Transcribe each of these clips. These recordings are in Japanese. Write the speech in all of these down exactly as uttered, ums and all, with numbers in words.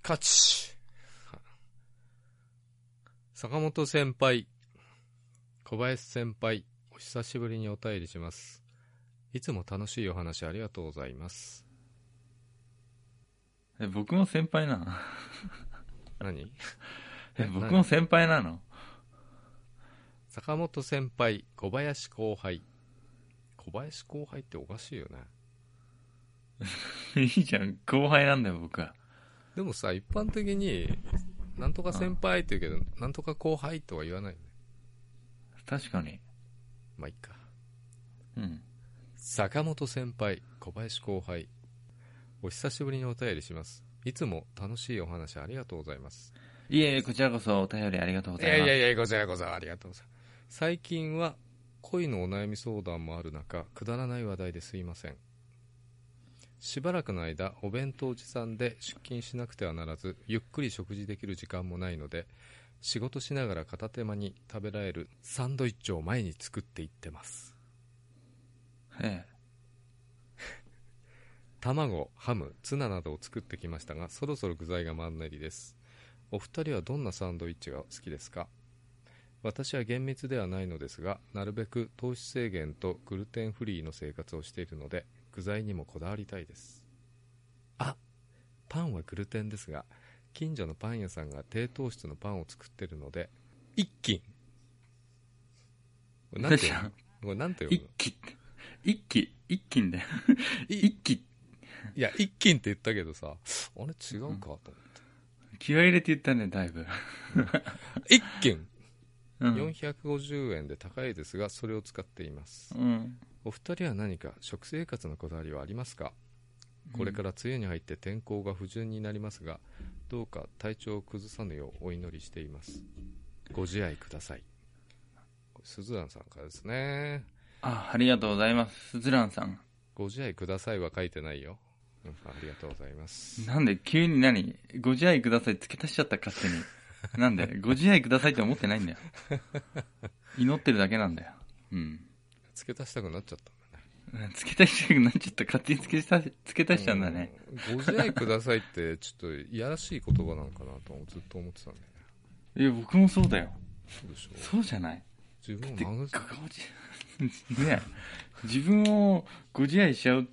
勝ち。坂本先輩、小林先輩、お久しぶりにお便りします。いつも楽しいお話ありがとうございます。 え、僕も先輩なの？ 何？ え、僕も先輩なの？ 坂本先輩、小林後輩。小林後輩っておかしいよね。いいじゃん、後輩なんだよ僕は。 でもさ、一般的になんとか先輩って言うけど、なんとか後輩とは言わないよね。 確かに。 まあいいか。 うん。 坂本先輩、小林後輩、お久しぶりにお便りします。いつも楽しいお話ありがとうございます。 いえいえ、こちらこそお便りありがとうございます。 いやいやいや、こちらこそありがとうございます。最近は恋のお悩み相談もある中、くだらない話題ですいません。しばらくの間、お弁当持参で出勤しなくてはならず、ゆっくり食事できる時間もないので、仕事しながら片手間に食べられるサンドイッチを前に作っていってます。 ええ。 卵、ハム、ツナなどを作ってきましたが、そろそろ具材がマンネリです。お二人はどんなサンドイッチが好きですか？私は厳密ではないのですが、なるべく糖質制限とグルテンフリーの生活をしているので、具材にもこだわりたいです。あ、パンはグルテンですが、近所のパン屋さんが低糖質のパンを作っているので、一斤。これなんて読む？これなんて読むの？ 一斤って。一斤、一斤だよ。一斤。 いや、一斤って言ったけどさ、あれ違うかと思って。 うん、気合い入れて言ったね、だいぶ。 一斤、 うん、 よんひゃくごじゅうえんで高いですが、それを使っています。 うん、 お二人は何か食生活のこだわりはありますか？これから梅雨に入って天候が不順になりますが、どうか体調を崩さぬようお祈りしています。ご自愛ください。すずらんさんからですね。 あ、ありがとうございます。すずらんさん。 ご自愛くださいは書いてないよ。うん、ありがとうございます。 なんで急に何ご自愛ください付け足しちゃった勝手に。なんでご自愛くださいって思ってないんだよ。祈ってるだけなんだよ。うん。 付け足したくなっちゃったんだね。 付け足したくなっちゃった。勝手に付け足し、付け足しちゃうんだね。 ご自愛くださいってちょっといやらしい言葉なのかなとずっと思ってたんだよね。 いや、僕もそうだよ。 そうでしょ。 そうじゃない。 自分を殴ってね、自分をご自愛しちゃうって、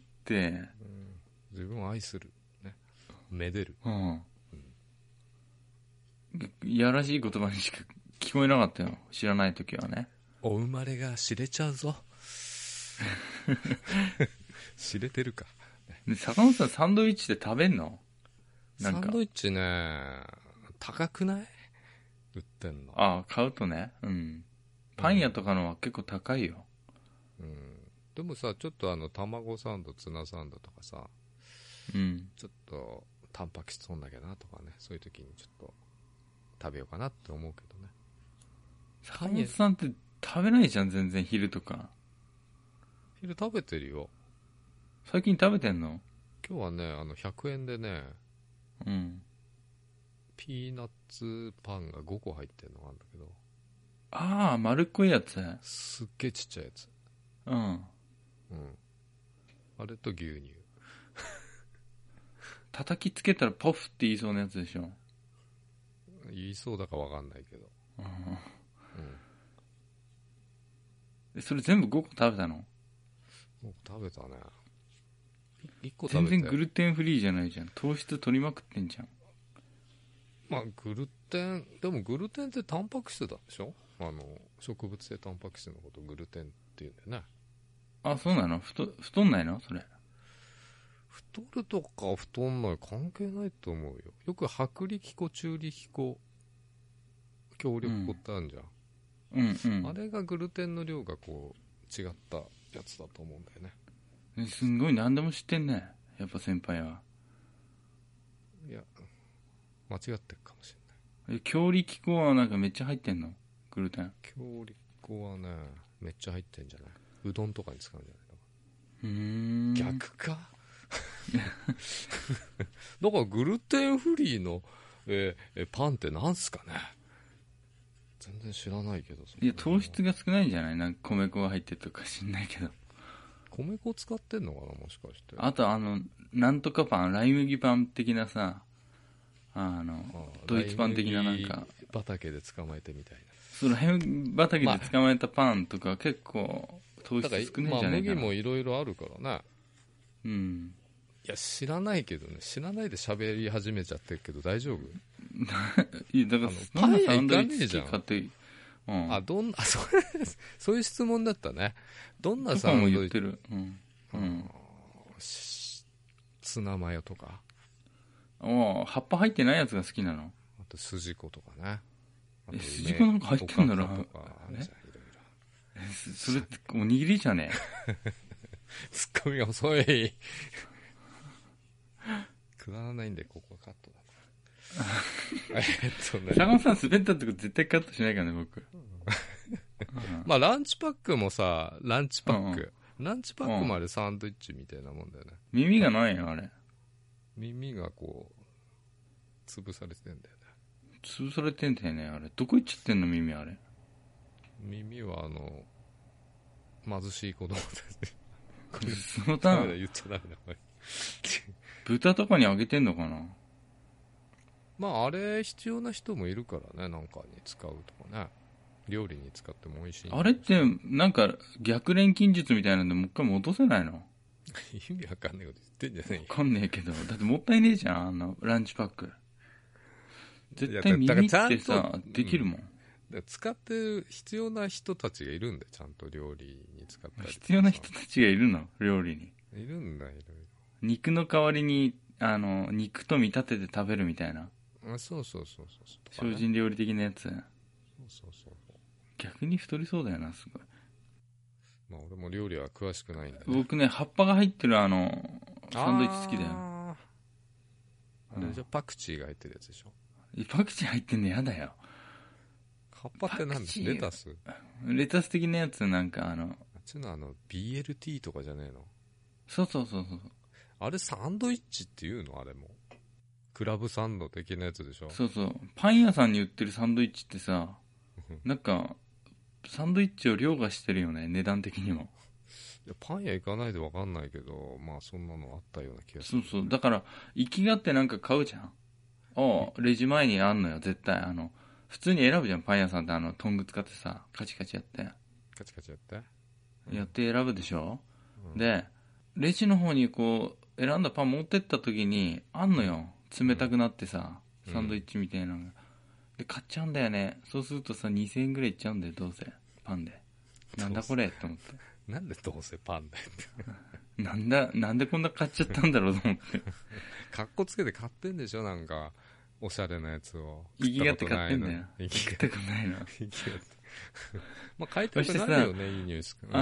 うん、 自分を愛する、ね、めでる、 うん、いやらしい言葉にしか聞こえなかったよ、知らない時はね。 お生まれが知れちゃうぞ。知れてるか。 で、坂本さんサンドイッチで食べんの？ なんかサンドイッチね、高くない？売ってんの。 ああ、買うとね、うん。パン屋とかのは結構高いよ。 うん。でもさ、ちょっとあの卵サンド、ツナサンドとかさ、 うん。 ちょっとタンパク質取んなきゃなとかね、そういう時にちょっと食べようかなって思うけどね。 坂本さんって食べないじゃん、全然昼とか。 昼食べてるよ。 最近食べてんの？ 今日はね、あのひゃくえんでね、 うん。 ピーナッツパンがごこ入ってるのがあるんだけど。 ああ、丸っこいやつ。 すっげえちっちゃいやつ。 うん。うん。 あれと牛乳。 叩きつけたらポフって言いそうなやつでしょ。 言いそうだかわかんないけど。 うん。 うん。 それ全部ごこ食べたの？もう食べたね。いっこ食べて。 全然グルテンフリーじゃないじゃん。糖質取りまくってんじゃん。 まあグルテン、でもグルテンってタンパク質だでしょ？あの植物性タンパク質のことをグルテンっていうんだよね。 あ、そうなの？太、太んないのそれ。 太るとか太んない関係ないと思うよ。よく薄力粉、中力粉、強力粉ってあるじゃん。 うんうん、 あれがグルテンの量がこう違ったやつだと思うんだよね。 すんごい何でも知ってんね、やっぱ先輩は。 いや、間違ってるかもしれない。強力粉はなんかめっちゃ入ってんの？グルテン。 強力粉はね、めっちゃ入ってんじゃない？うどんとかに使うんじゃないの？ うーん、 逆か。だからグルテンフリーの、えー、パンってなんすかね？全然知らないけど。 いや、糖質が少ないんじゃない？なんか米粉が入ってるとか知んないけど。 米粉使ってんのかな、もしかして。 あとあのなんとかパン、ライ麦パン的なさ、ああのあドイツパン的ななんか畑で捕まえてみたいな。 その辺畑で捕まえたパンとか結構糖質少ねえんじゃねえかな。 まあ、麦もいろいろあるからね。 うんいや知らないけどね、知らないで喋り始めちゃってるけど大丈夫？ いやだからパン屋行かねえじゃん。 どんなサンドイッチ好きかって、うん、 あどんあそれそういう質問だったね。どんなサとかもンドイッチ？ 言ってる、うんうん、 ツナマヨとか、 お葉っぱ入ってないやつが好きなの？ あと筋子とかね。あとえ筋子なんか入ってんだろ？ おかかとかあるじゃん、いろいろ。 えそれっておにぎりじゃねえツッコミが遅いくだらないんでここはカットだえっとね坂本さん滑ったってこと絶対カットしないからね僕まあランチパックもさ、ランチパック、 うんうん、 ランチパックもあれサンドイッチみたいなもんだよね。 耳がないよあれ。 耳がこう潰されてんだよね。 潰されてんだよねあれ。どこ行っちゃってんの耳あれ。 耳はあの貧しい子供たちそのた言っちゃダメだこれ豚とかにあげてんのかな。 まああれ必要な人もいるからね、なんかに使うとかね、料理に使っても美味しい。 あれってなんか逆錬金術みたいなんでもう一回戻せないの？ 意味わかんないこと言ってんじゃねえよ。 わかんねえけど、だってもったいねえじゃんあのランチパック。絶対耳ってさできるもん、 うん、使ってる必要な人たちがいるんで、ちゃんと料理に使ったり。 必要な人たちがいるの？料理にいるんだ、いろいろ。 肉の代わりにあの肉と見立てて食べるみたいな。 あ、そうそうそうそう、 精進料理的なやつ。そうそうそう。 逆に太りそうだよな、すごい。 まあ俺も料理は詳しくないんで、ね、 僕ね葉っぱが入ってるあのサンドイッチ好きだよ。 ああれじゃパクチーが入ってるやつでしょ。 パクチー入ってんのやだよ。 葉っぱって何だ？レタス？ レタス的なやつ。なんかあのあっちのあの ビーエルティー とかじゃねえの？ そうそうそうそう。あれサンドイッチっていうの？あれもクラブサンド的なやつでしょ。 そうそう。パン屋さんに売ってるサンドイッチってさなんかサンドイッチを凌駕してるよね、値段的にも。 いやパン屋行かないで分かんないけど、まあそんなのあったような気がする。 そうそう。だから行きがってなんか買うじゃん。ああレジ前にあんのよ絶対。あの普通に選ぶじゃんパン屋さんって。あのトング使ってさカチカチやってカチカチやって、 うん、やって選ぶでしょ、うん、でレジの方にこう選んだパン持ってった時にあんのよ、冷たくなってさ、うん、サンドイッチみたいなのがで買っちゃうんだよね。そうするとさにせんえんぐらいいっちゃうんだよ、どうせパンで。なんだこれって思って。 なんでどうせパンだよってなんだなんでこんな買っちゃったんだろうと思ってかっこつけて買ってんでしょ、なんかおしゃれなやつを。 意義がって買ってんだよ。 意義がってくないのまあ買いたくなるよね、いい匂いする。 うん、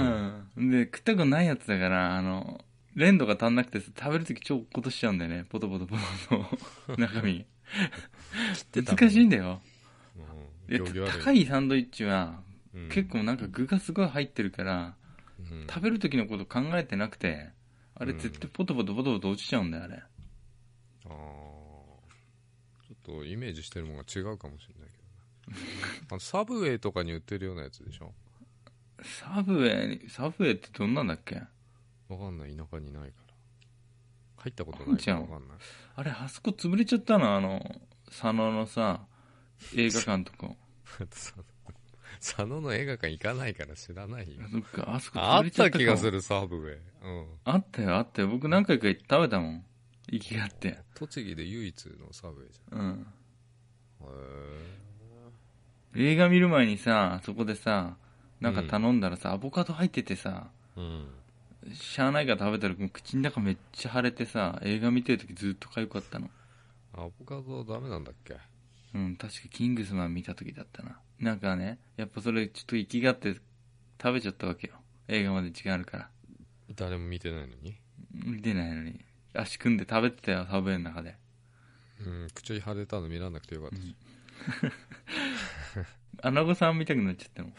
うん、で食ったことないやつだから、あの粘度が足んなくて食べるとき超落っことしちゃうんだよね、ポトポトポトと中身難しいんだよ、うん、いや高いサンドイッチは、うん、結構なんか具がすごい入ってるから、うん、食べるときのこと考えてなくて、あれ絶対ポトポトポトポト落ちちゃうんだよ、あれ。 ああ、ちょっとイメージしてるものが違うかもしれないけどねあのサブウェイとかに売ってるようなやつでしょ。 サブウェイ、サブウェイってどんなんだっけ？ わかんない、田舎にないから入ったことないからわかんない。 あれ、あそこ潰れちゃったの、あの佐野のさ映画館とか佐野の映画館行かないから知らないよ。 そっか、あそこあっ潰れちゃったた気がする、サブウェイ、うん、 あったよあったよ。僕何回か行って食べたもん、行きがあって。 栃木で唯一のサブウェイじゃん。 うん。へえ。映画見る前にさ、そこでさなんか頼んだらさ、うん、アボカド入っててさ、うん、しゃあないから食べたら口の中めっちゃ腫れてさ、映画見てるときずっとかゆかったの。 アボカドダメなんだっけ？ うん、確かキングスマン見たときだったな。なんかね、やっぱそれちょっと息があって食べちゃったわけよ、映画まで時間あるから。 誰も見てないのに？ 見てないのに足組んで食べてたよ、サブウェイの中で。 うん、口腫れたの見らなくてよかったし、 うん、アナゴさん見たくなっちゃったの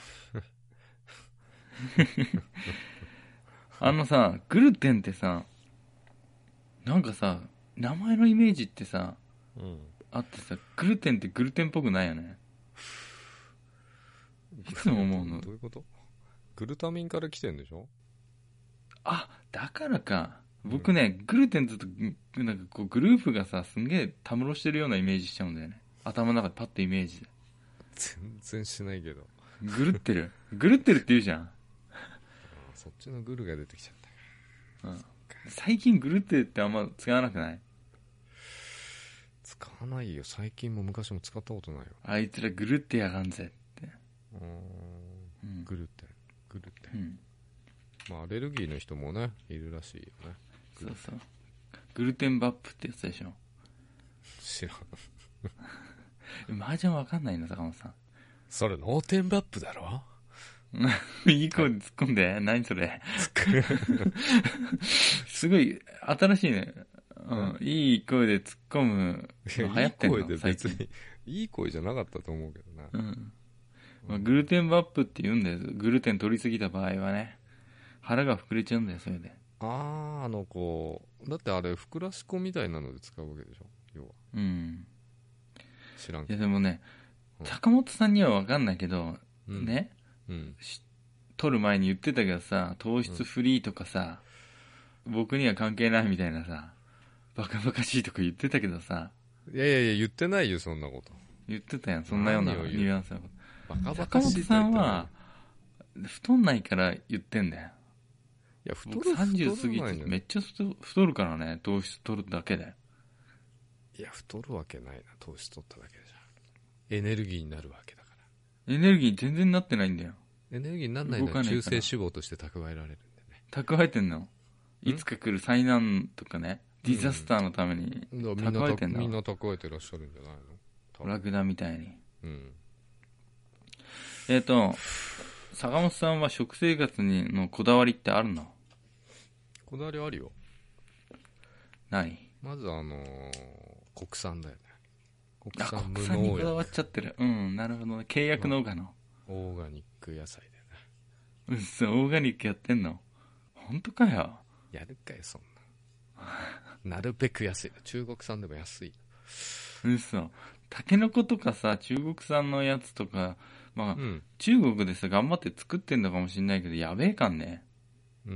あのさ、グルテンってさ、なんかさ、名前のイメージってさ、うん、あってさ、グルテンってグルテンっぽくないよね。いつも思うの。 どういうこと？グルタミンから来てんでしょ？ あ、だからか。 僕ね、グルテンずっとなんかこうグループがさ、すんげえたむろしてるようなイメージしちゃうんだよね。頭の中でパッとイメージで。 全然しないけど。 グルってるグルってるって言うじゃん。 そっちのグルが出てきちゃった。 うん、最近グルってるってあんま使わなくない？ 使わないよ。最近も昔も使ったことないよ。 あいつらグルってやがんぜって。 うん、グルテングルテン、 うん、 まあアレルギーの人もねいるらしいよね。 そうそう、グルテンバップってやつでしょ。 知らん。 麻雀わかんないの坂本さん。 それノーテンバップだろ。 いい声で突っ込んで。何それ。すごい新しいね。うん、いい声で突っ込むの流行ってんの？ いい声で別にいい声じゃなかったと思うけどな。 うん、まあ、グルテンバップって言うんだよ。グルテン取りすぎた場合はね、腹が膨れちゃうんだよ、それで。 ああ、あのこうだってあれふくらし粉みたいなので使うわけでしょ、要は。 うん、 知らんけど。 いやでもね、 うん、 坂本さんには分かんないけど、うん、ね、 うん、 取る前に言ってたけどさ、糖質フリーとかさ、うん、僕には関係ないみたいなさ、バカバカしいとか言ってたけどさ。 いやいやいや、言ってないよそんなこと。 言ってたやん、そんなようなニュアンスのこと。 バカバ坂本カしいさんは太んないから言ってんだよ。 いや太る、 僕さんじゅう過ぎてめっちゃ太るからね、糖質取るだけで。 いや太るわけないな、糖質取っただけじゃ。エネルギーになるわけだから。 エネルギー全然なってないんだよ。 エネルギーにならないのは中性脂肪として蓄えられるんだよね。 蓄えてんの？いつか来る災難とかね、ディザスターのために蓄えてんの？ みんな蓄えてらっしゃるんじゃないの？ ラクダみたいに。 うん。 えっと坂本さんは食生活にのこだわりってあるの？ こだわりあるよ。 何？ まずあのー、国産だよね。 国産無農薬。国産にこだわっちゃってる。うん、なるほどね。契約農家の、まあ、 オーガニック野菜だよね。うっそ、オーガニックやってんの？本当かよ。 やるかよそんな。なるべく安い。中国産でも安い。 うっそ。タケノコとかさ、中国産のやつとか、まあ、うん、中国でさ頑張って作ってんのかもしんないけど、やべえかんね。 うん、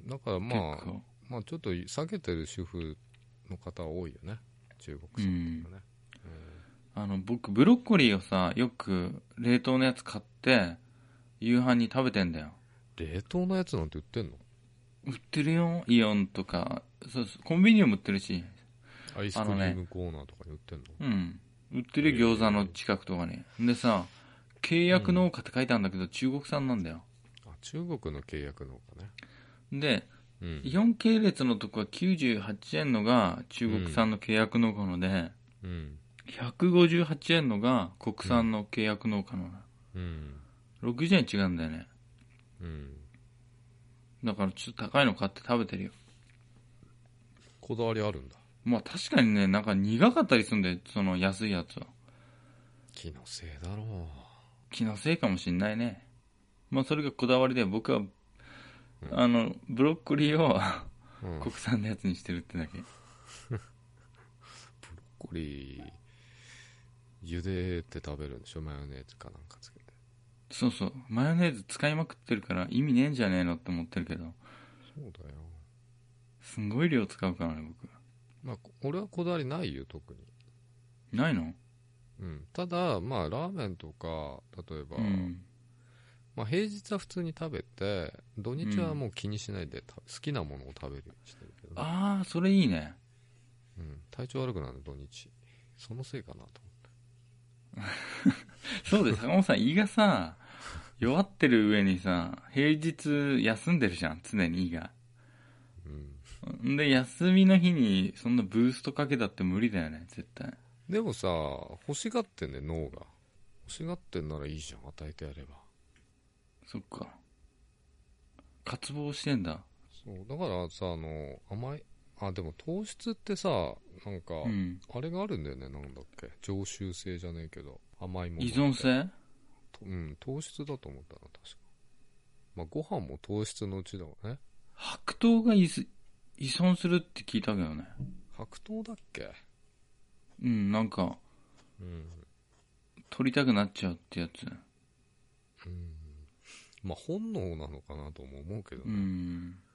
だからまあまあちょっと避けてる主婦の方多いよね、中国産とかね。 うん、あの僕ブロッコリーをさよく冷凍のやつ買って夕飯に食べてんだよ。 冷凍のやつなんて売ってんの？ 売ってるよ、イオンとか。そうそう、コンビニにも売ってるし。 アイスクリームコーナーとかに売ってんの？ うん、売ってる餃子の近くとかに。でさ、契約農家って書いてあるんだけど、うん、中国産なんだよ。 あ、中国の契約農家ね。 で、うん、イオン系列のとこはきゅうじゅうはちえんのが中国産の契約農家ので、うん、ひゃくごじゅうはちえんのが国産の契約農家の、うん、ろくじゅうえん違うんだよね。うん、だからちょっと高いの買って食べてるよ。 こだわりあるんだ。 まあ確かにね、なんか苦かったりするんで、その安いやつは。 気のせいだろう。 気のせいかもしんないね。まあそれがこだわりで、僕は、うん、あのブロッコリーを、うん、国産のやつにしてるってだけ。 ブロッコリー茹でて食べるんでしょ、マヨネーズかなんかつけて。 そうそう、マヨネーズ使いまくってるから意味ねえんじゃねえのって思ってるけど。 そうだよ。 すんごい量使うからね僕。 まあ俺はこだわりないよ特に。 ないの？ うん、ただまあラーメンとか例えば、 うんまあ、平日は普通に食べて土日はもう気にしないで、うん、好きなものを食べるようにしてるけど、ね、 ああそれいいね、 うん、体調悪くなる土日そのせいかなと思ってそうです、坂本さん胃がさ弱ってる上にさ平日休んでるじゃん、常に胃が、うん、で休みの日にそんなブーストかけたって無理だよね絶対。 でもさ欲しがってんね、脳が欲しがってんならいいじゃん、与えてやれば。 そっか、渇望してんだ。 そうだからさ、あの甘い、あでも糖質ってさなんか、うん、あれがあるんだよね、なんだっけ、常習性じゃねえけど甘いもの依存性、 うん、糖質だと思ったな確か。まあご飯も糖質のうちだわね。 白糖が依存するって聞いたけどね。 白糖だっけ。 うん、なんか、うん、取りたくなっちゃうってやつ。 うん、まあ本能なのかなとも思うけどね。 うん、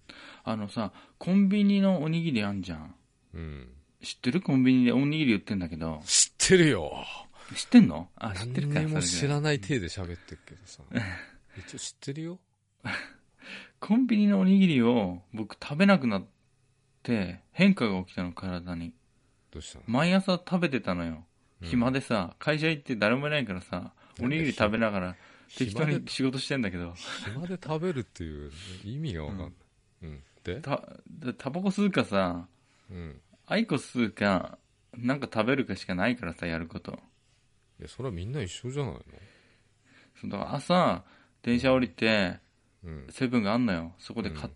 あのさ、コンビニのおにぎりあんじゃん。 うん。 知ってる？コンビニでおにぎり売ってんだけど。 知ってるよ。 知ってんの？あ、知ってるか。 何にも知らない体で喋ってるけどさ。一応知ってるよ。 コンビニのおにぎりを僕食べなくなって変化が起きたの、体に。 どうしたの？ 毎朝食べてたのよ。暇でさ、会社行って誰もいないからさ、おにぎり食べながら適当に仕事してんだけど。 暇で食べるっていう意味がわかんない。うん。うん、でた、タバコ吸うかさ、 うん。 アイコ吸うか、なんか食べるかしかないからさ、やること。 いや、それはみんな一緒じゃないの？ そうだから朝、電車降りて、 うん、 セブンがあんのよ。そこで買って、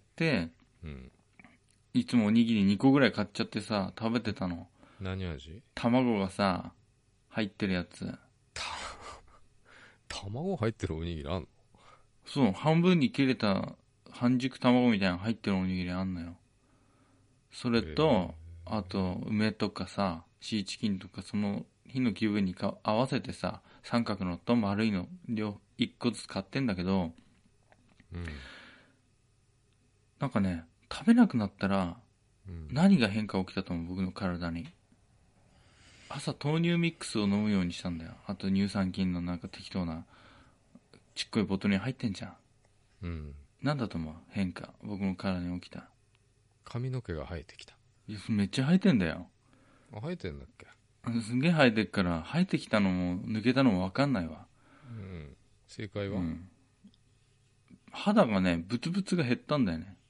うんうん、 いつもおにぎりにこぐらい買っちゃってさ、食べてたの。 何味？ 卵がさ、入ってるやつ。 た卵入ってるおにぎりあんの？ そう、半分に切れた半熟卵みたいなの入ってるおにぎりあんのよ。それと、あと、梅とかさ、シーチキンとか、その日の気分にか合わせてさ、三角のと丸いの、両、一個ずつ買ってんだけど、 うん、 なんかね、食べなくなったら、 うん、 何が変化起きたと思う？僕の体に。朝豆乳ミックスを飲むようにしたんだよ。あと乳酸菌のなんか適当なちっこいボトルに入ってんじゃん。 うん。 なんだと思う？変化。僕の体に起きた。 髪の毛が生えてきた。 いや、めっちゃ生えてんだよ。 あ、生えてんだっけ？ すんげえ生えてっから、生えてきたのも抜けたのも分かんないわ。 うん。正解は？ うん、肌がね、ブツブツが減ったんだよね。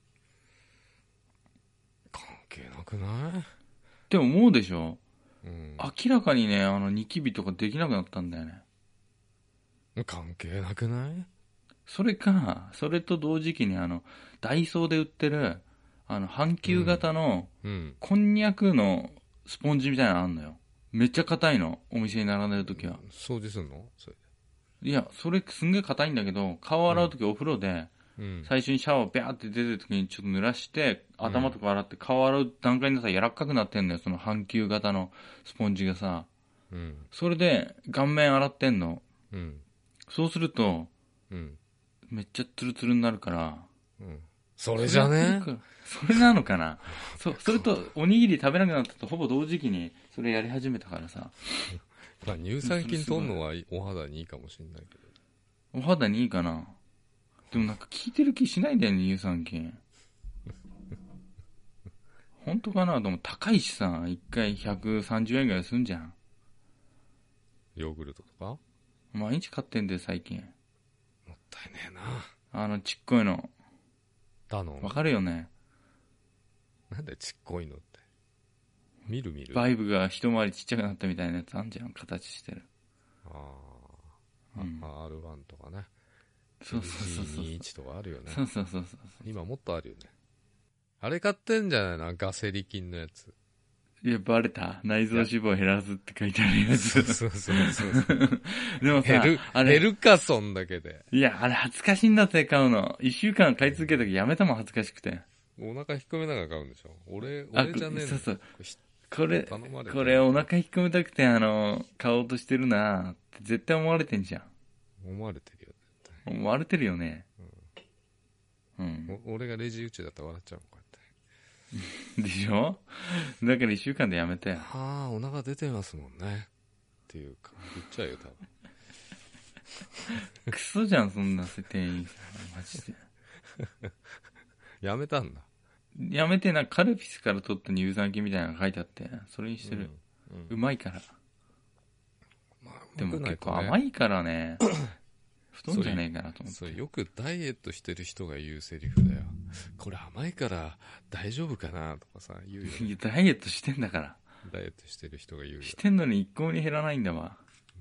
関係なくない？ って思うでしょ？ うん。 明らかにね、あのニキビとかできなくなったんだよね。 関係なくない？ それか、それと同時期にあの、ダイソーで売ってる、あの、半球型の、こんにゃくのスポンジみたいなのあんのよ。めっちゃ硬いの。お店に並んでるときは。 掃除すんの？それで。いや、それすんげえ硬いんだけど、顔洗うときお風呂で、うん、最初にシャワービャーって出てるときにちょっと濡らして、頭とか洗って顔洗う段階でさ、柔らかくなってんのよ。その半球型のスポンジがさ。うん、それで、顔面洗ってんの。うん、そうすると、うん、めっちゃツルツルになるから、 うん、それじゃね？ それなのかな。そそれとおにぎり食べなくなったとほぼ同時期にそれやり始めたからさ。 まあ乳酸菌取るのはお肌にいいかもしれないけど。 お肌にいいかな。でもなんか効いてる気しないんだよね、乳酸菌。本当かな？でも高いしさ、いっかいひゃくさんじゅうえんぐらいすんじゃん。 ヨーグルトとか毎日買ってんだよ最近。 もったいねえな。 あのちっこいのダノンわかるよね。 なんだよちっこいのって。見る見る。 バイブが一回りちっちゃくなったみたいなやつあんじゃん。形してる。ああ、うん、アールワン とかね。 そうそうそうそう。 にじゅういち とかあるよね。 そうそうそうそう。 今もっとあるよね。あれ買ってんじゃないの？ガセリ菌のやつ。 いや、バレた。内臓脂肪を減らすって書いてあるやつ。 そうそうそうそう。 でもさ、 減る、あれ。減るか、そんだけで。 いや、あれ恥ずかしいんだって買うの。一週間買い続けた時やめたもん、恥ずかしくて。 お腹引っ込めながら買うんでしょ？俺、俺じゃねえの。 そうそう。これ、これお腹引っ込めたくて、あの、買おうとしてるなって絶対思われてんじゃん。 思われてるよ、 絶対。思われてるよね。 うん。うん、俺がレジ打ちだったら笑っちゃうもん、こうやって。 でしょ？だから一週間でやめたよ。 ああ、お腹出てますもんね。っていうか、言っちゃうよ、多分。 クソじゃん、そんな店員さん。マジで。 やめたんだ。 やめて、なんかカルピスから取った乳酸菌みたいなのが書いてあって、それにしてる。うんうん、うまいから。まあ、でも結構甘いからね。太んじゃねえかなと思って。 そう、よくダイエットしてる人が言うセリフだよ。これ甘いから大丈夫かなとかさ、言うよ、ね。 いや、ダイエットしてんだから。 ダイエットしてる人が言うよ。 してんのに一向に減らないんだわ。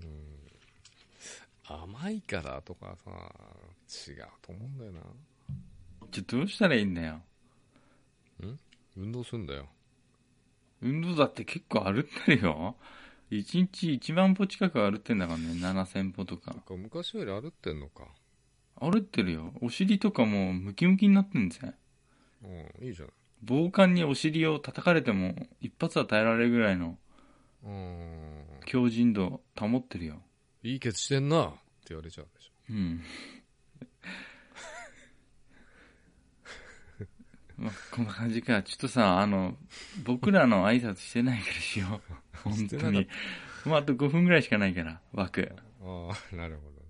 うん。甘いからとかさ、違うと思うんだよな。 じゃあどうしたらいいんだよ。 ん？運動するんだよ。 運動だって結構歩ってるよ。いちにちいちまん歩近く歩ってんだからね。ななせん歩とか。 なんか昔より歩ってんのか。 歩ってるよ。お尻とかもムキムキになってんぜ。 うん、いいじゃない。 暴漢にお尻を叩かれても一発は耐えられるぐらいの強靭度保ってるよ。 いいケツしてんなって言われちゃうでしょ。 うん。 まあ、こんな感じか。ちょっとさ、あの、僕らの挨拶してないからしよう。本当に。もうあとごふんぐらいしかないから、枠。 ああ、なるほどね。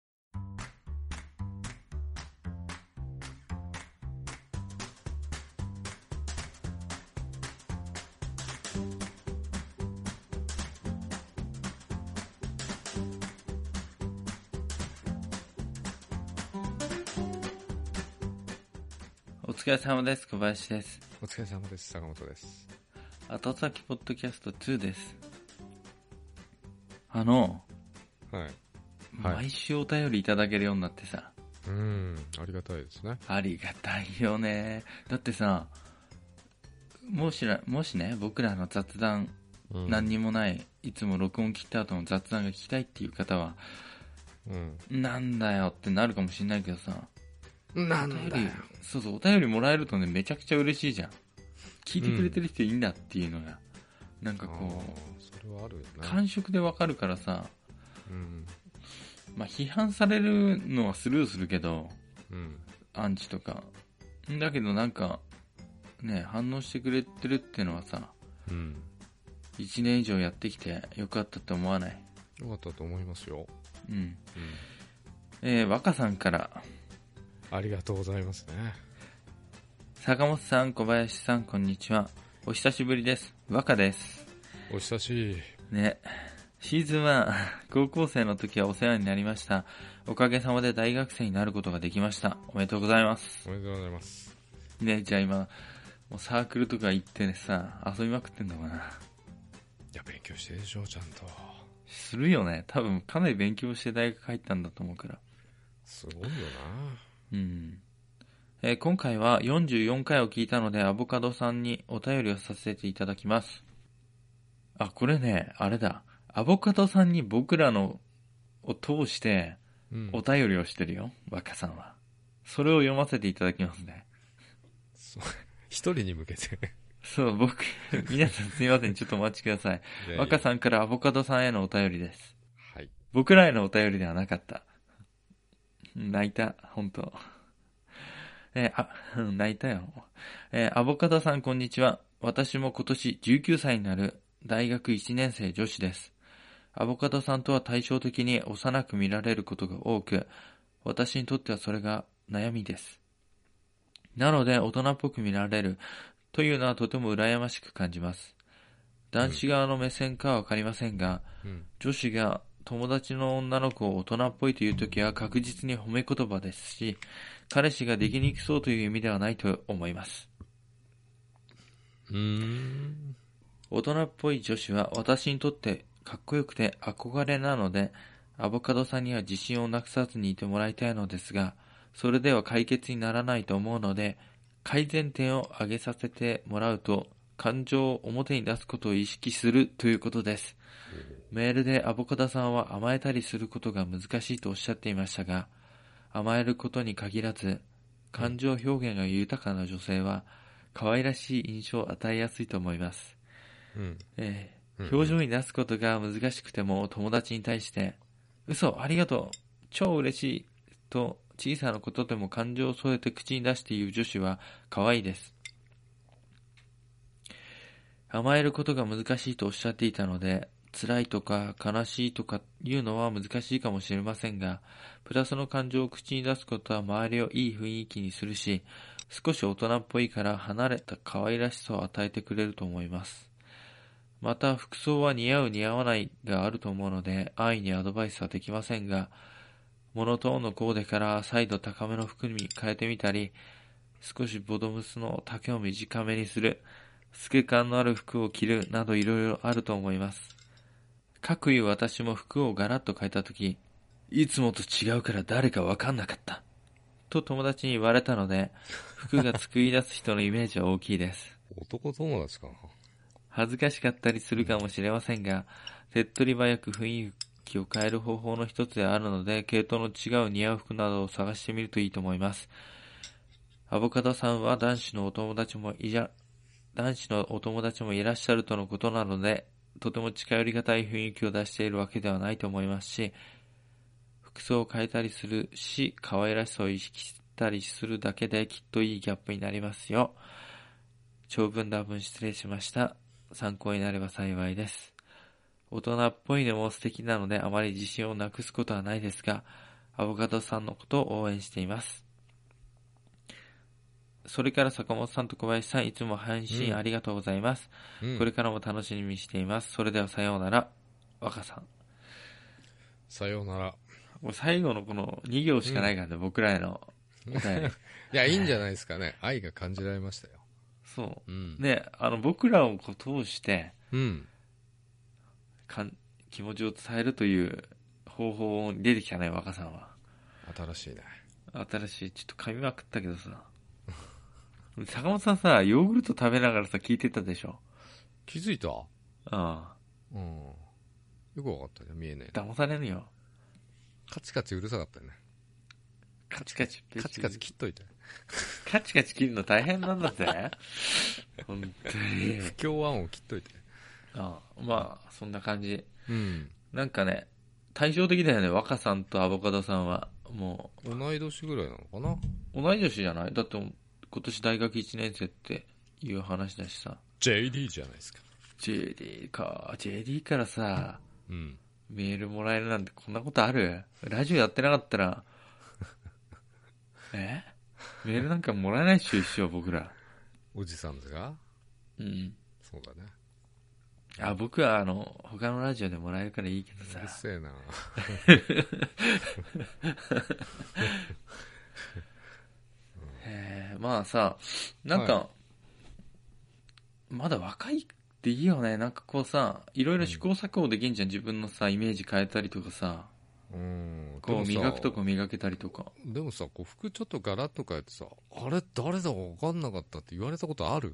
お疲れ様です。小林です。 お疲れ様です。坂本です。 後先ポッドキャストツーです。あの、 はい。はい、 毎週お便りいただけるようになってさ。 うん、ありがたいですね。 ありがたいよね。だってさ、もしら、もしね、僕らの雑談、うん、何にもない、いつも録音切った後の雑談が聞きたいっていう方は、うん、なんだよってなるかもしれないけどさ、 なんだよ。 そうそう、お便りもらえるとね、めちゃくちゃ嬉しいじゃん。聞いてくれてる人いいんだっていうのが、うん、なんかこう、 それはあるよね。 感触でわかるからさ、 うん、 まあ批判されるのはスルーするけど、 うん、 アンチとか。だけどなんか、ね、反応してくれてるっていうのはさ、うん、いちねん以上やってきてよかったって思わない？ よかったと思いますよ。 うん。うん、えー、若さんから、 ありがとうございますね。 坂本さん、小林さん、こんにちは。お久しぶりです。若です。 お久しい。 ね。シーズンワン、高校生の時はお世話になりました。おかげさまで大学生になることができました。おめでとうございます。 おめでとうございます。 ね、じゃあ今、もうサークルとか行ってねさ、遊びまくってんのかな。いや、勉強してるでしょ、ちゃんと。 するよね。多分かなり勉強して大学入ったんだと思うから。 すごいよな。 うん。えー、今回はよんじゅうよんかいを聞いたので、アボカドさんにお便りをさせていただきます。あ、これね、あれだ。アボカドさんに僕らのを通して、お便りをしてるよ、うん、若さんは。それを読ませていただきますね。 そう、一人に向けて。 そう、僕、皆さんすみません、ちょっとお待ちください。いやいや若さんからアボカドさんへのお便りです。 はい。 僕らへのお便りではなかった。泣いた、本当。えー、あ、泣いたよ。えー、アボカドさんこんにちは。私も今年じゅうきゅうさいになる大学いちねん生女子です。アボカドさんとは対照的に幼く見られることが多く、私にとってはそれが悩みです。なので大人っぽく見られるというのはとても羨ましく感じます。男子側の目線かはわかりませんが、うん、女子が友達の女の子を大人っぽいというときは確実に褒め言葉ですし、彼氏ができにくそうという意味ではないと思います。 うーん。 大人っぽい女子は私にとってかっこよくて憧れなので、アボカドさんには自信をなくさずにいてもらいたいのですが、それでは解決にならないと思うので、改善点を挙げさせてもらうと、感情を表に出すことを意識するということです。メールでアボカドさんは甘えたりすることが難しいとおっしゃっていましたが、甘えることに限らず、感情表現が豊かな女性は、可愛らしい印象を与えやすいと思います。うんえー、表情に出すことが難しくても、友達に対して、嘘、ありがとう、超嬉しい、と小さなことでも感情を添えて口に出して言う女子は可愛いです。甘えることが難しいとおっしゃっていたので、辛いとか悲しいとかいうのは難しいかもしれませんが、プラスの感情を口に出すことは周りをいい雰囲気にするし、少し大人っぽいから離れた可愛らしさを与えてくれると思います。また服装は似合う似合わないがあると思うので、安易にアドバイスはできませんが、モノトーンのコーデから再度高めの服に変えてみたり、少しボトムスの丈を短めにする、透け感のある服を着るなどいろいろあると思います。かくいう私も服をガラッと変えたとき、いつもと違うから誰かわかんなかった。と友達に言われたので、服が作り出す人のイメージは大きいです。 男友達かな。 恥ずかしかったりするかもしれませんが、手っ取り早く雰囲気を変える方法の一つであるので、系統の違う似合う服などを探してみるといいと思います。アボカドさんは男子のお友達もいら、男子のお友達もいらっしゃるとのことなので、とても近寄りがたい雰囲気を出しているわけではないと思いますし、服装を変えたりするし、可愛らしさを意識したりするだけできっといいギャップになりますよ。長文多文失礼しました。参考になれば幸いです。大人っぽいのも素敵なのであまり自信をなくすことはないですが、アボカドさんのことを応援しています。それから坂本さんと小林さん、いつも配信ありがとうございます、うん、これからも楽しみにしています。それではさようなら。若さん、 さようなら。 もう最後のこのに行しかないからね、うん、僕らへのお便り。 いや、いいんじゃないですかね。愛が感じられましたよ。 そう、うん、ね、あの僕らをこう通して、 うん、 かん気持ちを伝えるという方法に出てきたね、若さんは。 新しいね。 新しい。ちょっと噛みまくったけどさ。坂本さんさ、ヨーグルト食べながらさ、聞いてたでしょ。 気づいた？ ああ。 うん。よくわかったね、見えねえ。 騙されるよ。 カチカチうるさかったよね。 カチカチ。 カチカチ切っといて。 カチカチ切るの大変なんだぜ。本当に。 不協和音を切っといて。 ああ、まあ、そんな感じ。 うん。 なんかね、対照的だよね、若さんとアボカドさんは。もう。同い年ぐらいなのかな？ 同い年じゃない？だって、今年大学いちねん生っていう話だしさ。 ジェーディー じゃないですか。 ジェーディー か。ジェーディー からさ、 うん、 メールもらえるなんてこんなことある？ラジオやってなかったら、えメールなんかもらえないっしょ、一生僕ら。 おじさんですか？ うん。 そうだね。 あ、僕はあの、他のラジオでもらえるからいいけどさ。 うるせえな。 へえ、まあさ、なんか、はい、まだ若いっていいよね。なんかこうさ、いろいろ試行錯誤できんじゃん、自分のさ、イメージ変えたりとかさ。 うん。 こう磨くとこ磨けたりとか。 でもさ、こう服ちょっとガラッと変えてさ、あれ誰だか分かんなかったって言われたことある？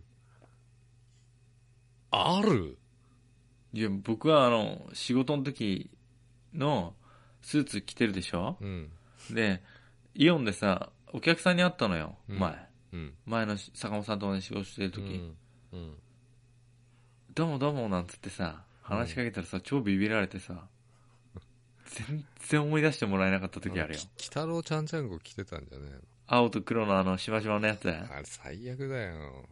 ある？ いや、僕はあの、仕事の時のスーツ着てるでしょ？ うん。 で、イオンでさ、お客さんに会ったのよ、 うん、 前。 うん、 前の坂本さんと同じ仕事してる時、 うんうん、 どうもどうもなんつってさ、話しかけたらさ、うん、超ビビられてさ、全然思い出してもらえなかった時あるよ。 鬼太郎ちゃんちゃんこ着てたんじゃねえの？ 青と黒のあのしましまのやつ。あれ最悪だよ。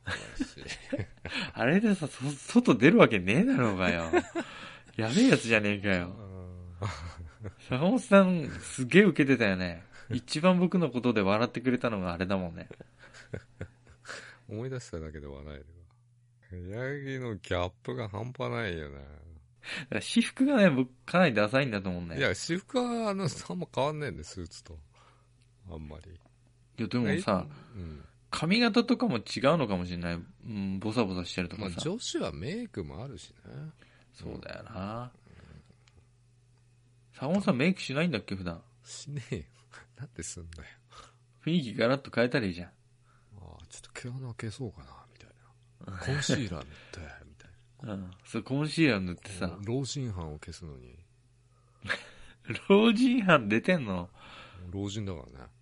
あれでさ、外出るわけねえだろうがよ。やべえやつじゃねえかよ。坂本さんすげえ受けてたよね。一番僕のことで笑ってくれたのがあれだもんね。 思い出しただけで笑えるわ。ヤギのギャップが半端ないよね。 私服がね、僕かなりダサいんだと思うんだよ。 いや、私服はあのあんま変わんねえんで、スーツとあんまり。 いやでもさ、うん、髪型とかも違うのかもしれない、うん、ボサボサしてるとかさ、まあ、 女子はメイクもあるしね。 そうだよな、うん、坂本さんメイクしないんだっけ普段？ しねえよ。なんですんだよ。 雰囲気ガラッと変えたらいいじゃん。 ああ、ちょっと毛穴消そうかなみたいな。コンシーラー塗ってみたいな。 うん、そうコンシーラー塗ってさ、 老人斑を消すのに。 老人斑出てんの？ 老人だからね。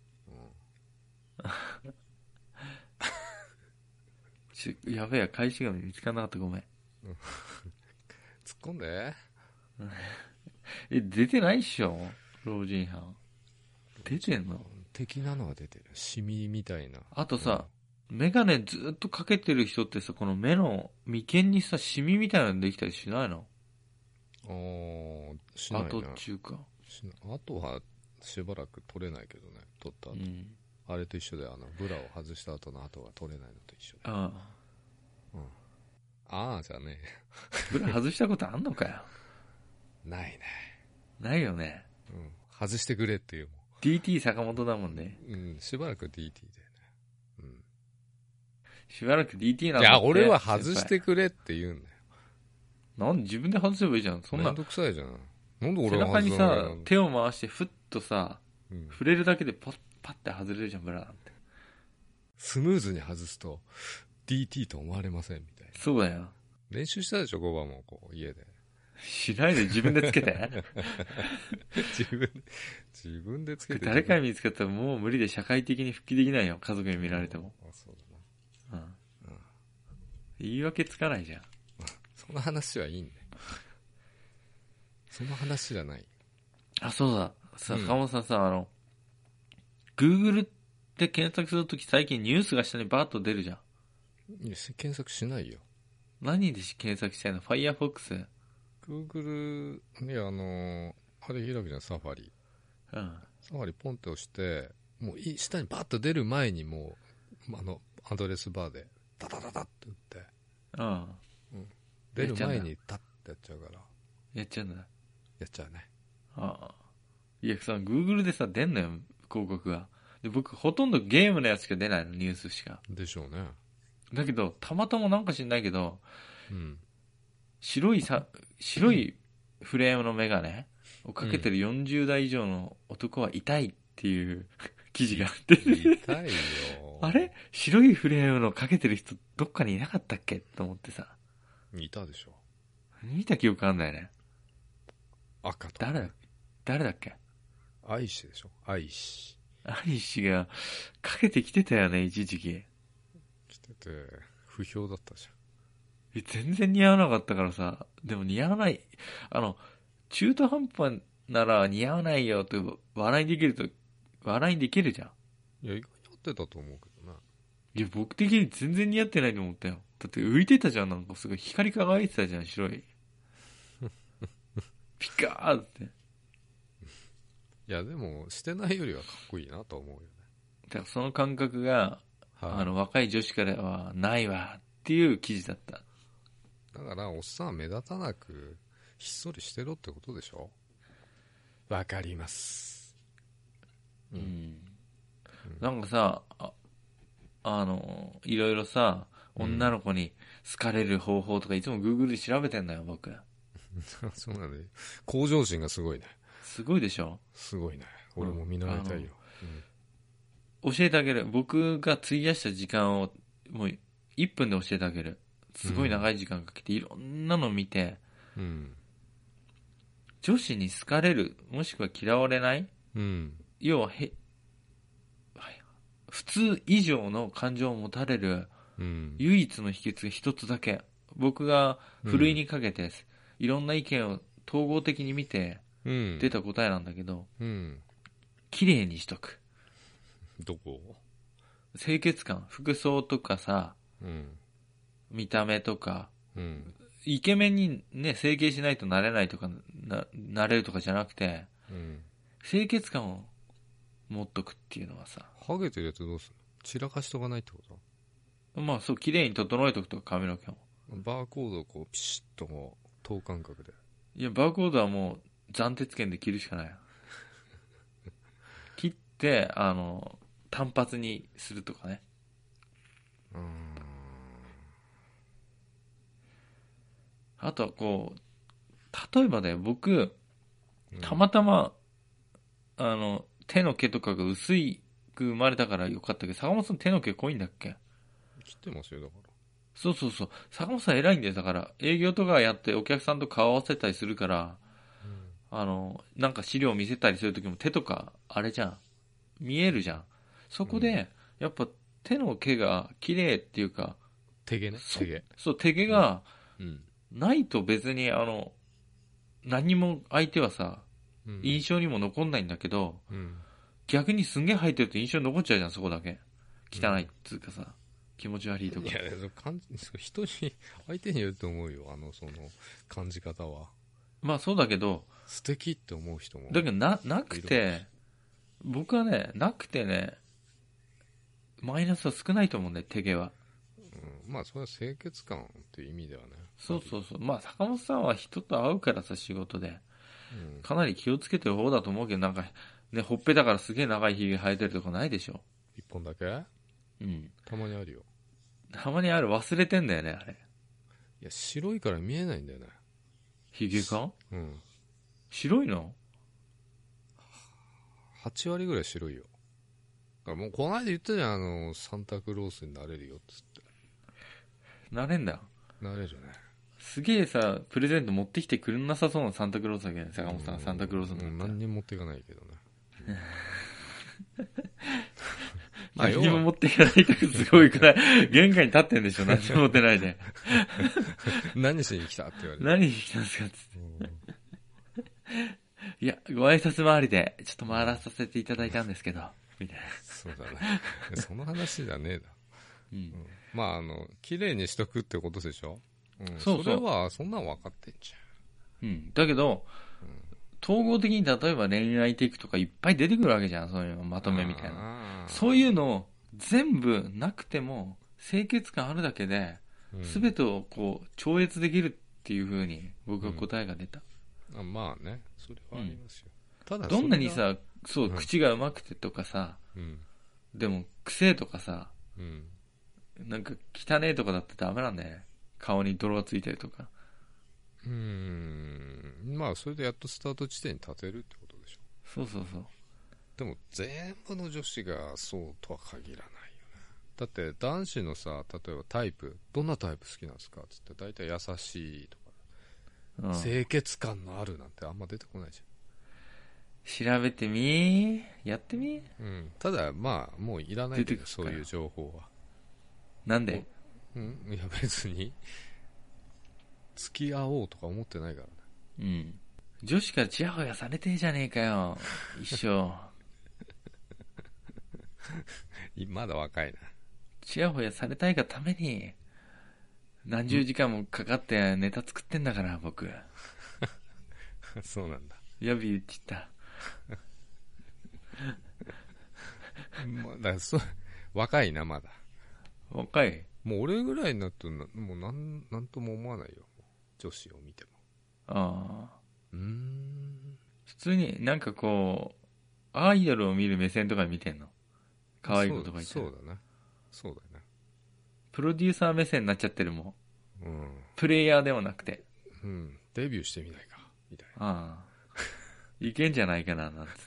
ちやべえや、返し紙見つからなかった、ごめん。 突っ込んで。 え、出てないっしょ老人斑。出てんの？ 的なのは出てる。シミみたいな。 あとさ、うん、メガネずっとかけてる人ってさ、この目の眉間にさ、シミみたいなのできたりしないの？ ああ、しないな。 あとっちゅうか。 あとはしばらく取れないけどね、取った後。うん、あれと一緒で、あのブラを外した後の後が取れないのと一緒で。 ああ、うん、ああじゃねえ。ブラ外したことあんのかよ。 ないね。 ないよね。 うん。外してくれっていうもん。 ディーティー 坂本だもんね。 うん、しばらく ディーティー だよね。うん。 しばらく ディーティー なんだって。 いや、俺は外してくれって言うんだよ。 なんで自分で外せばいいじゃん。そんな。 めんどくさいじゃん。なんで俺が外すの？ 背中にさ、手を回してふっとさ、 うん、 触れるだけでパッ、パッて外れるじゃん、ブラなんて。 スムーズに外すと ディーティー と思われませんみたいな。 そうだよ。 練習したでしょ、ごばんもこう、家で。 しないで自分でつけて。 自分で、自分でつけて。 誰かに見つかったらもう無理で社会的に復帰できないよ、家族に見られても。 あ、そうだな。 うん。うん、言い訳つかないじゃん。 その話はいいんだよ。その話じゃない。 あ、そうだ。さ、坂本さんさ、あの、Google で検索するとき最近ニュースが下にバーッと出るじゃん。 いや検索しないよ。 何で検索したいの？ Firefox？ Google、いや、あのー、あれ開くじゃん、サファリ。 うん。 サファリポンって押して、もうい下にバッと出る前にもう、あの、アドレスバーで、ダダダダって打って、 うん。 出る前にタッてやっちゃうから。 やっちゃうんだ。 やっちゃうね。 ああ。いや、さ、Google でさ、出んのよ、広告が。で、僕、ほとんどゲームのやつしか出ないの、ニュースしか。 でしょうね。 だけど、たまたまなんか知んないけど、 うん。 白いさ、白いフレームのメガネをかけてるよんじゅう代以上の男は痛いっていう記事があって。 痛いよ。 あれ白いフレームのかけてる人、どっかにいなかったっけと思ってさ。 いたでしょ。 見た記憶あんだよね。 赤と。 誰誰だっけ？ 愛しでしょ。愛し。 愛しがかけてきてたよね、一時期。 来てて、不評だったじゃん。全然似合わなかったからさ。でも似合わない。あの、中途半端なら似合わないよって笑いにできると、笑いにできるじゃん。 いや、意外に合ってたと思うけどな。 いや、僕的に全然似合ってないと思ったよ。だって浮いてたじゃん、なんかすごい光り輝いてたじゃん、白い。ピカーって。 いや、でも、してないよりはかっこいいなと思うよね。 だからその感覚が、はい、あの、若い女子からはないわっていう記事だった。 だから、おっさんは目立たなく、ひっそりしてろってことでしょ？わかります。 うん。うん、なんかさ、あ、あの、いろいろさ、女の子に好かれる方法とかいつも Google で調べてんだよ、僕。 そうなんだよ。向上心がすごいね。 すごいでしょ？ すごいね。俺も見習いたいよ。 うん、教えてあげる。僕が費やした時間をもういっぷんで教えてあげる。すごい長い時間かけていろんなの見て、うん、女子に好かれる、もしくは嫌われない、うん、要はへ普通以上の感情を持たれる、うん、唯一の秘訣が一つだけ。僕がふるいにかけて、うん、いろんな意見を統合的に見て、うん、出た答えなんだけど、うん、綺麗にしとく。 どこ？ 清潔感、服装とかさ、うん、見た目とか、うん、イケメンにね、整形しないとなれないとか な, なれるとかじゃなくて、うん、清潔感を持っとくっていうのはさ。 ハゲてるやつどうする？散らかしとかないってこと？ まあそう、綺麗に整えとくとか、髪の毛も。 バーコードをこうピシッとこう等間隔で。 いや、バーコードはもう斬鉄剣で切るしかない。切ってあの単発にするとかね。うーん。あとはこう例えばね、僕たまたま、うん、あの手の毛とかが薄いく生まれたからよかったけど、坂本さん手の毛濃いんだっけ？ 切ってますよ、だから。 そうそうそう。坂本さん偉いんだよ。だから営業とかやってお客さんと顔合わせたりするから、うん、あのなんか資料見せたりするときも手とかあれじゃん、見えるじゃん。そこで、うん、やっぱ手の毛が綺麗っていうか、 手毛ね、手毛。 そう、手毛がないと別にあの何も相手はさ、うん、印象にも残んないんだけど、うん、逆にすんげえ生えてると印象に残っちゃうじゃん、そこだけ。汚いっつうかさ、うん、気持ち悪いとか。 いや、人に相手によると思うよ、あのその感じ方は。 まあそうだけど、 素敵って思う人も。 だけどななくて、僕はね、なくてね、マイナスは少ないと思うんだよ、手毛は。 うん、まあそれは清潔感っていう意味ではね。 そうそうそう。まあ坂本さんは人と会うからさ、仕事で、うん、かなり気をつけてる方だと思うけど、なんかね、ほっぺだからすげえ長いひげ生えてるとかないでしょ。 一本だけ？うん。たまにあるよ。 たまにある。忘れてんだよね、あれ。 いや、白いから見えないんだよね。 ひげか？ うん。 白いの？ はち割ぐらい白いよ。だからもうこの間言ったじゃん、あのサンタクロースになれるよっつって。 なれんだ。 なれるね。 すげえさ、プレゼント持ってきてくれなさそうなサンタクロースだけどね、坂本さん、サンタクロースの。 何にも持っていかないけどね。 何にも持っていかないとすごいくらい、玄関に立ってんでしょ、何にも持ってないで。 何しに来たって言われて。 何しに来たんですかっつって。いや、ご挨拶回りで、ちょっと回らさせていただいたんですけど、 みたいな。 そうだね。その話じゃねえだ。 うん。うん、 まあ、あの、綺麗にしとくってことでしょ。うん。 そうそう。 それは、そんなん分かってんじゃん。うん。だけど、うん、統合的に例えば恋愛テクとかいっぱい出てくるわけじゃん。そういうのまとめみたいな。そういうのを全部なくても、清潔感あるだけで、すべ、うん、てをこう、超越できるっていう風に僕は答えが出た。 うん、あまあね。それはありますよ。うん、ただどんなにさ、そう、うん、口がうまくてとかさ、うん、でも、癖とかさ、うん、なんか汚ねえとかだってダメなんだよね。顔に泥がついてるとか。 うーん。まあ、それでやっとスタート地点に立てるってことでしょ。 そうそうそう。 でも、全部の女子がそうとは限らないよね。だって、男子のさ、例えばタイプ、どんなタイプ好きなんですかつって、大体優しいとか、うん、清潔感のあるなんてあんま出てこないじゃん。 調べてみーやってみー、 うん、ただまあもういらないけどそういう情報は。 なんで？ うん、いや別に付き合おうとか思ってないからね。 うん。女子からチヤホヤされてんじゃねえかよ一生まだ若いな。 チヤホヤされたいがために何十時間もかかってネタ作ってんだから僕そうなんだ。 やび言って言ったまあ、だからそ若いなまだ。 若い。 もう俺ぐらいになってもうなんなんとも思わないよ女子を見ても。 ああ。 うーん。 普通になんかこうアイドルを見る目線とか見てんの？可愛い子とかいて。 そうだな。そうだな。 プロデューサー目線になっちゃってるもん。 うん。 プレイヤーではなくて。 うん。デビューしてみないかみたいな。 ああ。いけんじゃないかななんつって。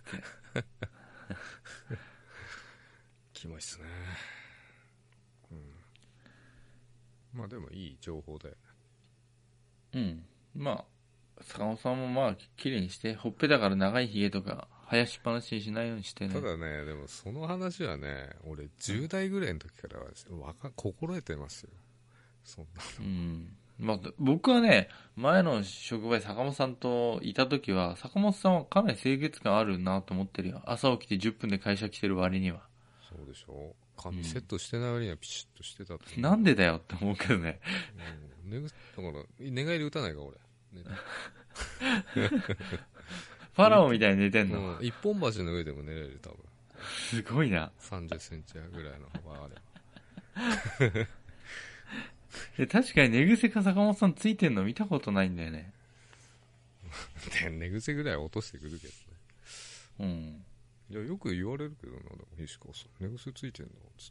キモいっすね。うん。まあでもいい情報だよね。うん。まあ坂本さんもまあ綺麗にして、ほっぺだから長いひげとか生やしっぱなしにしないようにしてね。 ただね、でもその話はね、俺じゅう代ぐらいの時からはわか心得てますよ。そんなの。 うん。まあ僕はね、前の職場で坂本さんといた時は、坂本さんはかなり清潔感あるなと思ってるよ。朝起きてじゅっぷんで会社来てる割には。 そうでしょ。髪セットしてない割にはピシッとしてたと、 うん、なんでだよって思うけどね。 うん、寝ぐだから寝返り打たないか俺。 ファラオみたいに寝てんの、 うん、一本橋の上でも寝れる多分。 すごいな。 さんじゅっセンチぐらいの幅あれば。 で確かに寝癖か坂本さんついてんの見たことないんだよね。 寝癖ぐらい落としてくるけどね。 うん。 いやよく言われるけどな、でも石川さん寝癖ついてんのつって。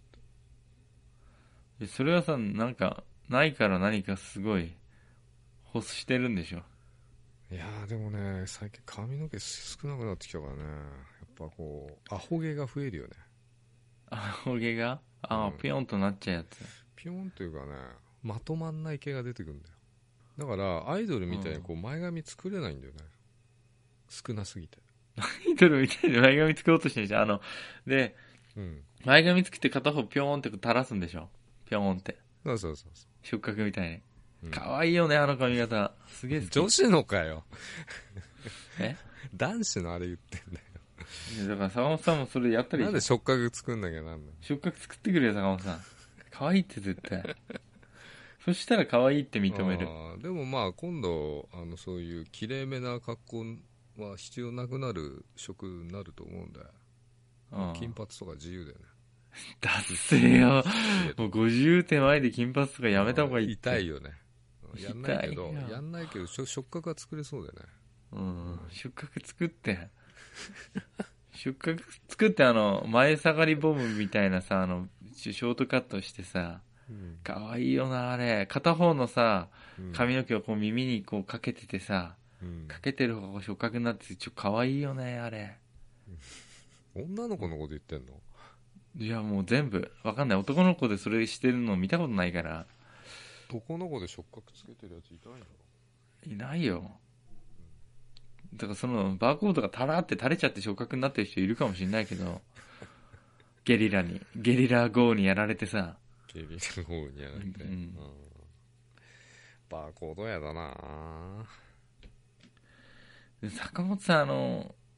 それはさ、なんかないから何かすごい欲してるんでしょ。 いやーでもね、最近髪の毛少なくなってきたからね、やっぱこうアホ毛が増えるよね。 アホ毛がああ、うん、ピヨンとなっちゃうやつ。 ピヨンっていうかね、まとまんない毛が出てくるんだよ。だからアイドルみたいにこう前髪作れないんだよね、少なすぎて。 アイドルみたいに前髪作ろうとしてるじゃん。あので、うん、前髪作って片方ピヨーンって垂らすんでしょ。ピヨーンって。 そうそうそうそう。 触覚みたいに。かわいいよねあの髪型。すげえ好き。 女子のかよ。 え？ 男子のあれ言ってんだよ。 いやだから坂本さんもそれやったらいいじゃん。 なんで触覚作んなきゃなんの？ 触覚作ってくれよ坂本さん。かわいいって絶対。そしたら可愛いって認める。 あでもまあ今度あのそういうきれいめな格好は必要なくなる職になると思うんだよ。金髪とか自由だよね。 だっせーよ。もうごじゅう手前で金髪とかやめた方がいいって。 痛いよね。やんないけどやんないけど触覚は作れそうだよね。 うん。触覚作って触覚作ってあの前下がりボムみたいなさ、あのショートカットしてさ、うん、かわいいよなあれ。片方のさ髪の毛をこう耳にこうかけててさ、うん、かけてる方が触覚になっててちょっとかわいいよねあれ。 女の子のこと言ってんの？ いやもう全部わかんない。男の子でそれしてるの見たことないから。 男の子で触覚つけてるやついないの？ いないよ。だからそのバーコードがタラって垂れちゃって触覚になってる人いるかもしれないけどゲリラにゲリラ豪雨にやられてさ、 ゲリラ豪雨にやられて、うんうん、バーコードやだな。 坂本さんあの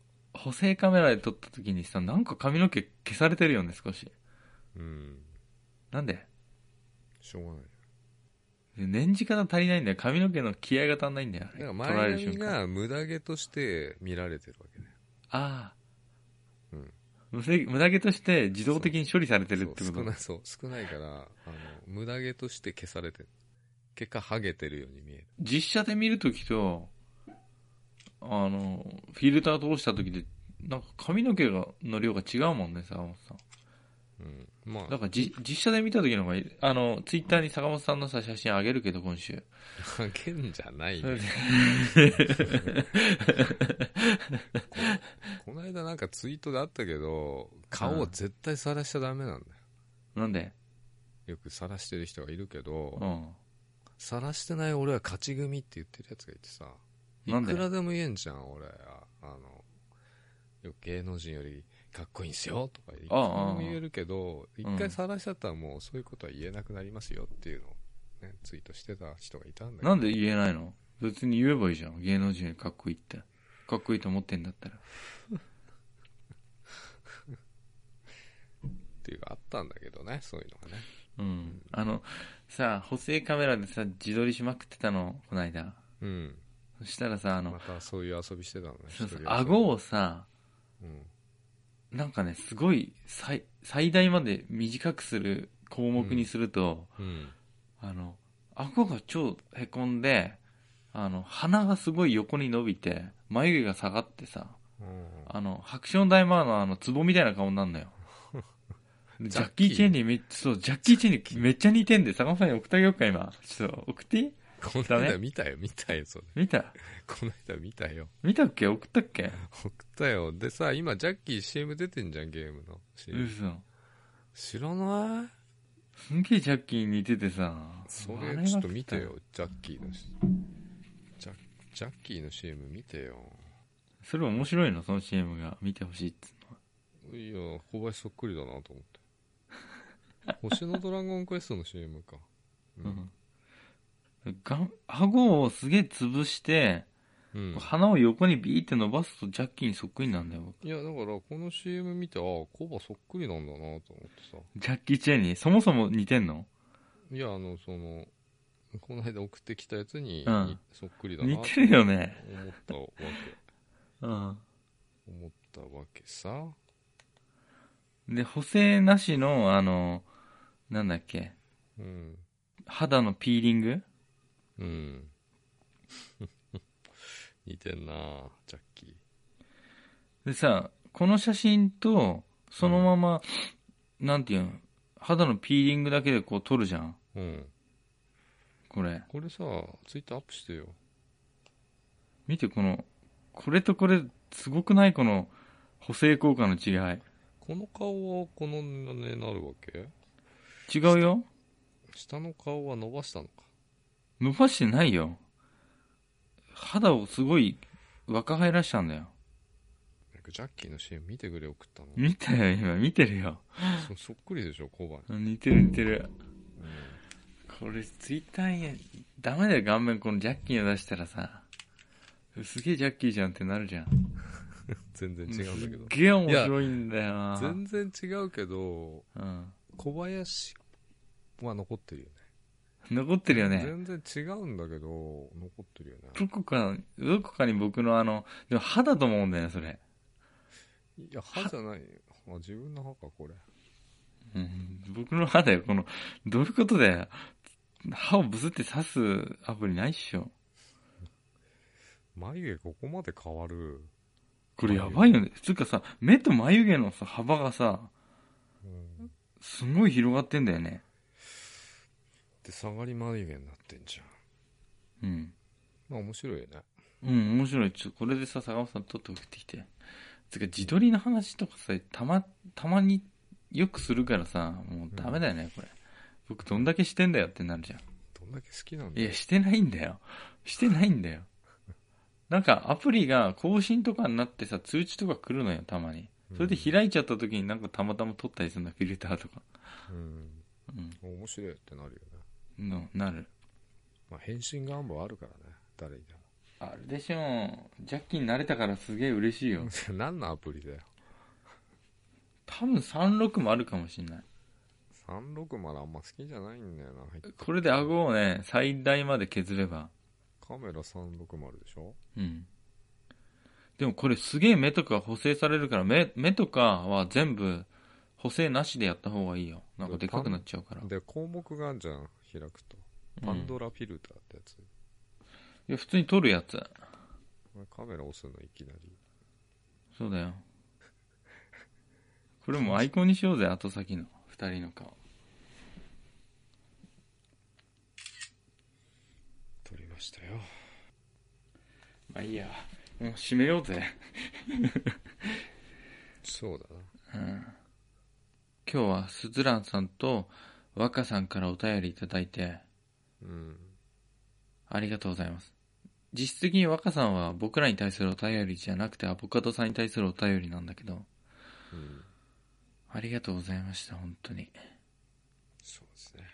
補正カメラで撮った時にさ、なんか髪の毛消されてるよね、少し。 うん。 なんで？ しょうがない。 念じ方足りないんだよ。髪の毛の気合が足んないんだよ。 だから前髪が無駄毛として見られてるわけだよ。 ああ。 うん。 無駄毛として自動的に処理されてるってこと？ 少ない、そう、少ないから、あの、無駄毛として消されてる。結果、ハゲてるように見える。 実写で見るときと、あの、フィルター通したときで、なんか髪の毛がの量が違うもんね、坂本さん。 うん。まあ。 だからじ実写で見たときの方がいい。あの、ツイッターに坂本さんのさ、写真あげるけど、今週。 あげんじゃないね。こ, この間なんかツイートであったけど、顔を絶対晒しちゃダメなんだよ。 なんで？ よく晒してる人がいるけど、 うん、 晒してない俺は勝ち組って言ってるやつがいてさ、いくらでも言えんじゃん、俺。あの、よく芸能人よりかっこいいんすよとかいくらでも言えるけど、一回晒しちゃったらもうそういうことは言えなくなりますよっていうのを、ね、ツイートしてた人がいたんだけど。 なんで言えないの？別に言えばいいじゃん。芸能人よりかっこいいって。かっこいいと思ってんだったら。 っていうかあったんだけどね、そういうのがね。 うん。あの、さ、補正カメラでさ、自撮りしまくってたの、この間。 うん。 そしたらさ、あの、 またそういう遊びしてたのね。 そうそう、顎をさ、うん、なんかね、すごい最、最大まで短くする項目にすると、うんうん、あの、顎が超へこんで、あの、鼻がすごい横に伸びて、眉毛が下がってさ、うん、あの、ハクション大魔王のあの、ツボみたいな顔になるのよ。ジャッキー・チェンにめっちゃ、そう、ジャッキー・チェンにめっちゃ似てんで、坂本さんに送ってあげようか、今。ちょっと、送っていい？ この間見たよ、見たよ、それ。 見た？ この間見たよ。 見たっけ？送ったっけ？ 送ったよ。でさ、今、ジャッキー シーエム 出てんじゃん、ゲームの シーエム。 嘘。 知らない？ すんげえジャッキーに似ててさ。 それ、ちょっと見てよ、ジャッキーの。ジャ、ジャッキーの シーエム 見てよ。 それ面白いの？その シーエム が見てほしいっつうの。いや、小林そっくりだなと思って。星のドラゴンクエストの シーエム か。うん。 うん、が顎をすげえ潰して、うん、鼻を横にビーって伸ばすとジャッキーにそっくりなんだよ。 いや、だからこの シーエム 見て、ああ、コバそっくりなんだなと思ってさ。 ジャッキー・チェンにそもそも似てんの？ いや、あの、その、この間送ってきたやつに、うん、そっくりだな似てるよね。 思ったわけ。 うん。思ったわけさ。 で、補正なしの、あの、なんだっけ、 うん、 肌のピーリング？ うん。似てんなジャッキー。でさ、この写真と、そのまま、うん、なんていうの、肌のピーリングだけでこう撮るじゃん。うん。これ。 これさ、ツイッターアップしてよ。 見て、この、これとこれ、すごくない？この、補正効果の違い。 この顔はこのね、なるわけ？ 違うよ。 下の顔は伸ばしたのか。 伸ばしてないよ。肌をすごい若返らしたんだよ。 ジャッキーのシーン見てくれ送ったの。 見たよ、今見てるよ。 そ, そっくりでしょ、コバに。似てる似てる。うん、これツイッターにダメだよ、顔面このジャッキーを出したらさ、すげえジャッキーじゃんってなるじゃん。 全然違うんだけど。 すげえ面白いんだよな。 全然違うけど、うん、小林は残ってるよね。 残ってるよね。 全然違うんだけど、残ってるよね。 どこか、どこかに僕のあの、でも歯だと思うんだよね、それ。 いや、歯じゃない。あ、自分の歯か、これ。 うん、僕の歯だよ、この、どういうことだよ。歯をブスって刺すアプリないっしょ。 眉毛ここまで変わる。 これやばいよね。つうかさ、目と眉毛のさ、幅がさ、うん、すごい広がってんだよね。 で、下がり眉毛になってんじゃん。うん。まあ面白いよね。 うん、面白い。ちょ、これでさ、坂本さん撮って送ってきて。つうか、自撮りの話とかさ、たま、たまによくするからさ、もうダメだよね、うん、これ。僕どんだけしてんだよってなるじゃん。 どんだけ好きなんだよ。 いや、してないんだよ。してないんだよ。なんかアプリが更新とかになってさ、通知とか来るのよ、たまに。それで開いちゃった時になんかたまたま撮ったりするんだ、フィルターとか。 うん。うん。面白いってなるよね。 の、なる。 まあ、返信願望あるからね、誰にでも。 あれでしょ、ジャッキーになれたからすげえ嬉しいよ。 何のアプリだよ。 多分さんろくまるかもしんない。 さんろくまるあんま好きじゃないんだよな。 これで顎をね、最大まで削れば。 カメラさんろくまるでしょ。 うん。でもこれすげえ目とか補正されるから、目、目とかは全部補正なしでやった方がいいよ。なんかでかくなっちゃうから。 で、項目があるじゃん、開くと。パンドラフィルターってやつ。うん、いや、普通に撮るやつ。 カメラ押すのいきなり。 そうだよ。これもアイコンにしようぜ、後先の二人の顔。 撮りましたよ。 まあいいや。もう閉めようぜ。 そうだな。うん。 今日はスズランさんと若さんからお便りいただいて、 うん。 ありがとうございます。実質的に若さんは僕らに対するお便りじゃなくてアボカドさんに対するお便りなんだけど、 うん。 ありがとうございました、本当に。 そうですね。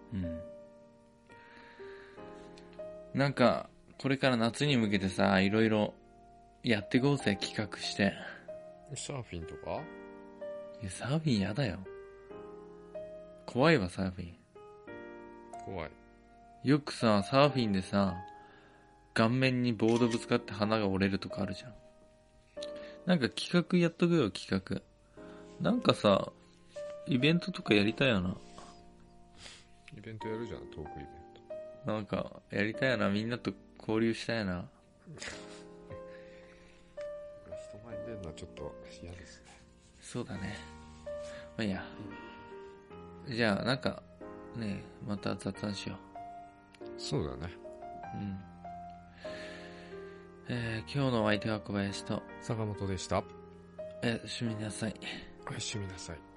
うん。なんか、これから夏に向けてさ、いろいろやってこうぜ、企画して。 サーフィンとか？ いや、サーフィンやだよ。怖いわ、サーフィン。 怖い。 よくさ、サーフィンでさ、顔面にボードぶつかって鼻が折れるとかあるじゃん。なんか企画やっとくよ、企画。なんかさ、イベントとかやりたいよな。 イベントやるじゃん、トークイベント。なんか、やりたいよな、みんなと交流したいな。 人前に出るのはちょっと嫌ですね。 そうだね。まあいいや。じゃあ、なんか、ねえ、また雑談しよう。そうだね。 うん。えー、今日のお相手は小林と坂本でした。 え、おやすみなさい。 おやすみなさい。